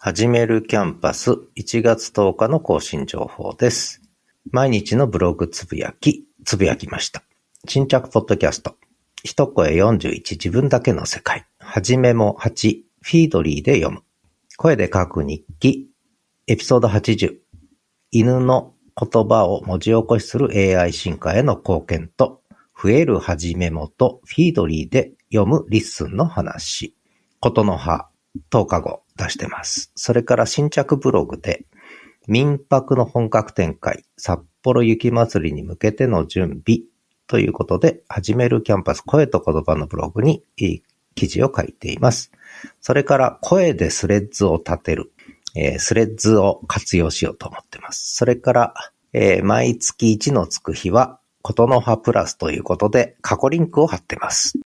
始めるキャンパス1月10日の更新情報です。毎日のブログつぶやきました。新着ポッドキャスト。一声41自分だけの世界。はじめも8フィードリーで読む。声で書く日記。エピソード80。犬の言葉を文字起こしする AI 進化への貢献と、増えるはじめもとフィードリーで読むリッスンの話。ことの葉10日後出してます。それから新着ブログで民泊の本格展開、札幌雪まつりに向けての準備ということで、始めるキャンパス声と言葉のブログに記事を書いています。それから声でスレッズを立てる、スレッズを活用しようと思ってます。それから、毎月1のつく日はことの葉プラスということで過去リンクを貼ってます。